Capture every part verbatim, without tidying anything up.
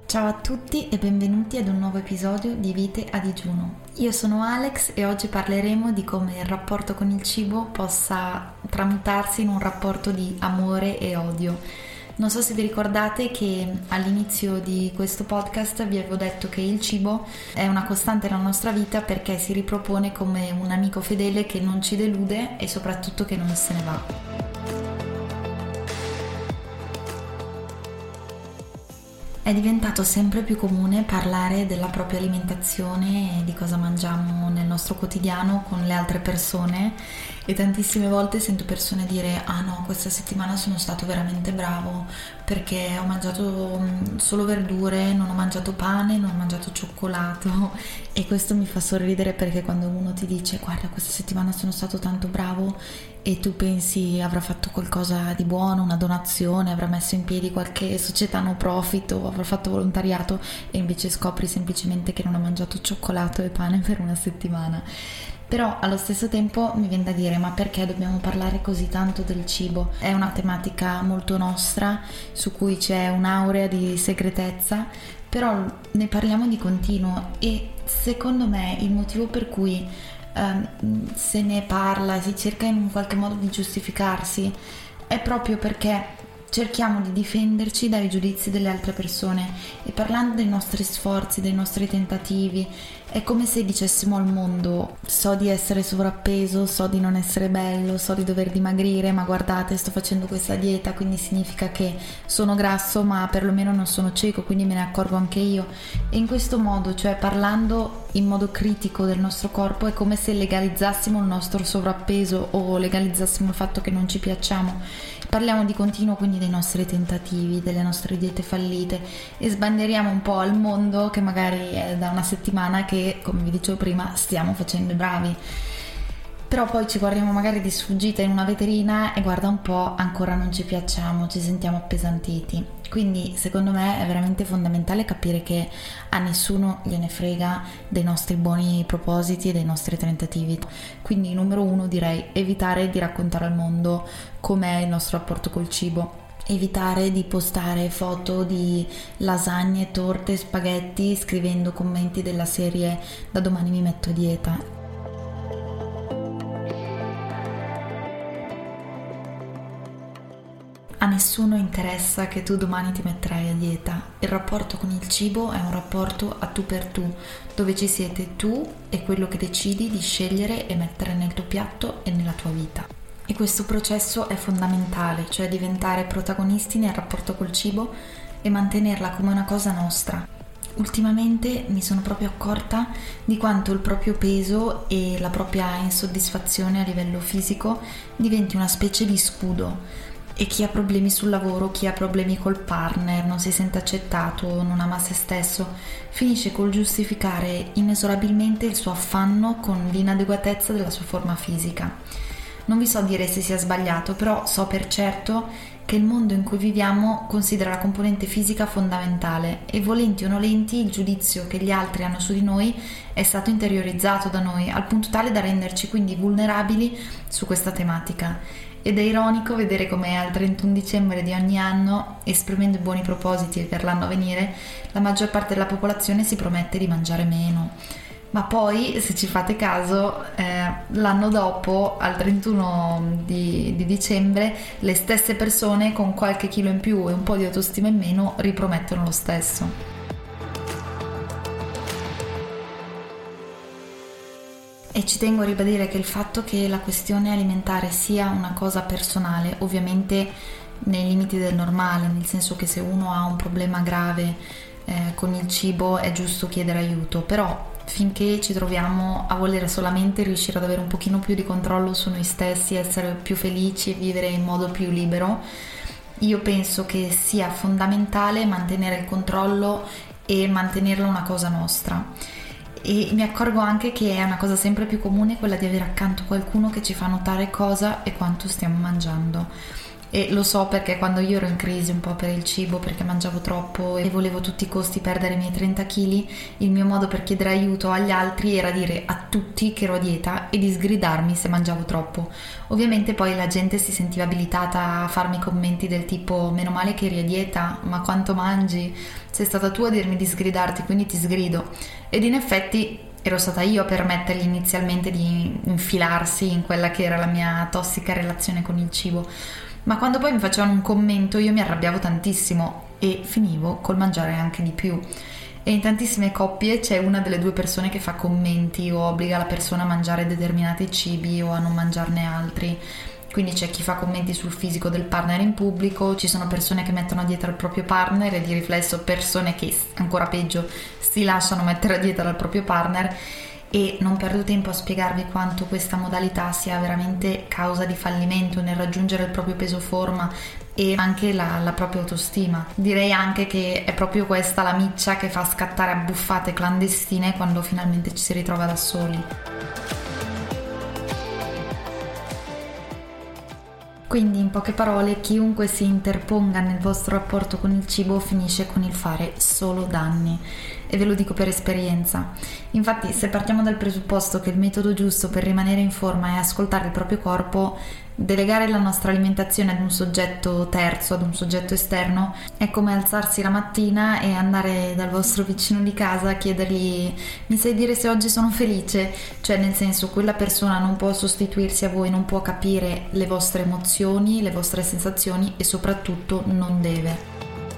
Ciao a tutti e benvenuti ad un nuovo episodio di Vite a digiuno. Io sono Alex e oggi parleremo di come il rapporto con il cibo possa tramutarsi in un rapporto di amore e odio. Non so se vi ricordate che all'inizio di questo podcast vi avevo detto che il cibo è una costante nella nostra vita perché si ripropone come un amico fedele che non ci delude e soprattutto che non se ne va. È diventato sempre più comune parlare della propria alimentazione e di cosa mangiamo nel nostro quotidiano con le altre persone e tantissime volte sento persone dire ah no, questa settimana sono stato veramente bravo perché ho mangiato solo verdure, non ho mangiato pane, non ho mangiato cioccolato e questo mi fa sorridere perché quando uno ti dice guarda questa settimana sono stato tanto bravo e tu pensi avrà fatto qualcosa di buono, una donazione, avrà messo in piedi qualche società no profit o avrà fatto volontariato e invece scopri semplicemente che non ha mangiato cioccolato e pane per una settimana. Però allo stesso tempo mi viene da dire ma perché dobbiamo parlare così tanto del cibo? È una tematica molto nostra su cui c'è un'aurea di segretezza, però ne parliamo di continuo e secondo me il motivo per cui um, se ne parla e si cerca in un qualche modo di giustificarsi è proprio perché cerchiamo di difenderci dai giudizi delle altre persone e parlando dei nostri sforzi, dei nostri tentativi, è come se dicessimo al mondo so di essere sovrappeso, so di non essere bello, so di dover dimagrire, ma guardate sto facendo questa dieta quindi significa che sono grasso ma perlomeno non sono cieco quindi me ne accorgo anche io e in questo modo, cioè parlando in modo critico del nostro corpo è come se legalizzassimo il nostro sovrappeso o legalizzassimo il fatto che non ci piacciamo. Parliamo di continuo quindi dei nostri tentativi, delle nostre diete fallite e sbandieriamo un po' al mondo che magari è da una settimana che, come vi dicevo prima, stiamo facendo i bravi. Però poi ci guardiamo magari di sfuggita in una vetrina e guarda un po', ancora non ci piacciamo, ci sentiamo appesantiti. Quindi secondo me è veramente fondamentale capire che a nessuno gliene frega dei nostri buoni propositi e dei nostri tentativi. Quindi numero uno direi evitare di raccontare al mondo com'è il nostro rapporto col cibo. Evitare di postare foto di lasagne, torte, spaghetti scrivendo commenti della serie da domani mi metto a dieta. A nessuno interessa che tu domani ti metterai a dieta. Il rapporto con il cibo è un rapporto a tu per tu, dove ci siete tu e quello che decidi di scegliere e mettere nel tuo piatto e nella tua vita. E questo processo è fondamentale, cioè diventare protagonisti nel rapporto col cibo e mantenerla come una cosa nostra. Ultimamente mi sono proprio accorta di quanto il proprio peso e la propria insoddisfazione a livello fisico diventi una specie di scudo. E chi ha problemi sul lavoro, chi ha problemi col partner, non si sente accettato, non ama se stesso, finisce col giustificare inesorabilmente il suo affanno con l'inadeguatezza della sua forma fisica. Non vi so dire se sia sbagliato, però so per certo che il mondo in cui viviamo considera la componente fisica fondamentale e volenti o nolenti il giudizio che gli altri hanno su di noi è stato interiorizzato da noi al punto tale da renderci quindi vulnerabili su questa tematica. Ed è ironico vedere come al trentuno dicembre di ogni anno, esprimendo buoni propositi per l'anno a venire, la maggior parte della popolazione si promette di mangiare meno. Ma poi, se ci fate caso, eh, l'anno dopo, al trentuno di, di dicembre, le stesse persone con qualche chilo in più e un po' di autostima in meno ripromettono lo stesso. E ci tengo a ribadire che il fatto che la questione alimentare sia una cosa personale, ovviamente nei limiti del normale, nel senso che se uno ha un problema grave eh, con il cibo è giusto chiedere aiuto, però finché ci troviamo a voler solamente riuscire ad avere un pochino più di controllo su noi stessi, essere più felici e vivere in modo più libero, io penso che sia fondamentale mantenere il controllo e mantenerla una cosa nostra. E mi accorgo anche che è una cosa sempre più comune quella di avere accanto qualcuno che ci fa notare cosa e quanto stiamo mangiando. E lo so perché quando io ero in crisi un po' per il cibo, perché mangiavo troppo e volevo a tutti i costi perdere i miei trenta chili, il mio modo per chiedere aiuto agli altri era dire a tutti che ero a dieta e di sgridarmi se mangiavo troppo. Ovviamente poi la gente si sentiva abilitata a farmi commenti del tipo: meno male che eri a dieta, ma quanto mangi? Sei stata tu a dirmi di sgridarti, quindi ti sgrido. Ed in effetti ero stata io a permettergli inizialmente di infilarsi in quella che era la mia tossica relazione con il cibo. Ma quando poi mi facevano un commento io mi arrabbiavo tantissimo e finivo col mangiare anche di più. E in tantissime coppie c'è una delle due persone che fa commenti o obbliga la persona a mangiare determinati cibi o a non mangiarne altri. Quindi c'è chi fa commenti sul fisico del partner in pubblico, ci sono persone che mettono a dieta il proprio partner e di riflesso persone che, ancora peggio, si lasciano mettere a dieta dal proprio partner. E non perdo tempo a spiegarvi quanto questa modalità sia veramente causa di fallimento nel raggiungere il proprio peso forma e anche la, la propria autostima. Direi anche che è proprio questa la miccia che fa scattare abbuffate clandestine quando finalmente ci si ritrova da soli. Quindi, in poche parole, chiunque si interponga nel vostro rapporto con il cibo finisce con il fare solo danni. E ve lo dico per esperienza. Infatti, se partiamo dal presupposto che il metodo giusto per rimanere in forma è ascoltare il proprio corpo, delegare la nostra alimentazione ad un soggetto terzo, ad un soggetto esterno, è come alzarsi la mattina e andare dal vostro vicino di casa a chiedergli: mi sai dire se oggi sono felice? Cioè, nel senso, quella persona non può sostituirsi a voi, non può capire le vostre emozioni, le vostre sensazioni e soprattutto non deve.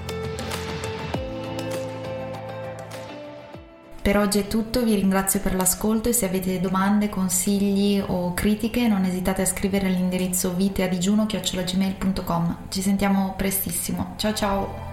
Per oggi è tutto, vi ringrazio per l'ascolto e se avete domande, consigli o critiche non esitate a scrivere all'indirizzo viteadigiuno chiocciola gmail punto com. Ci sentiamo prestissimo, ciao ciao!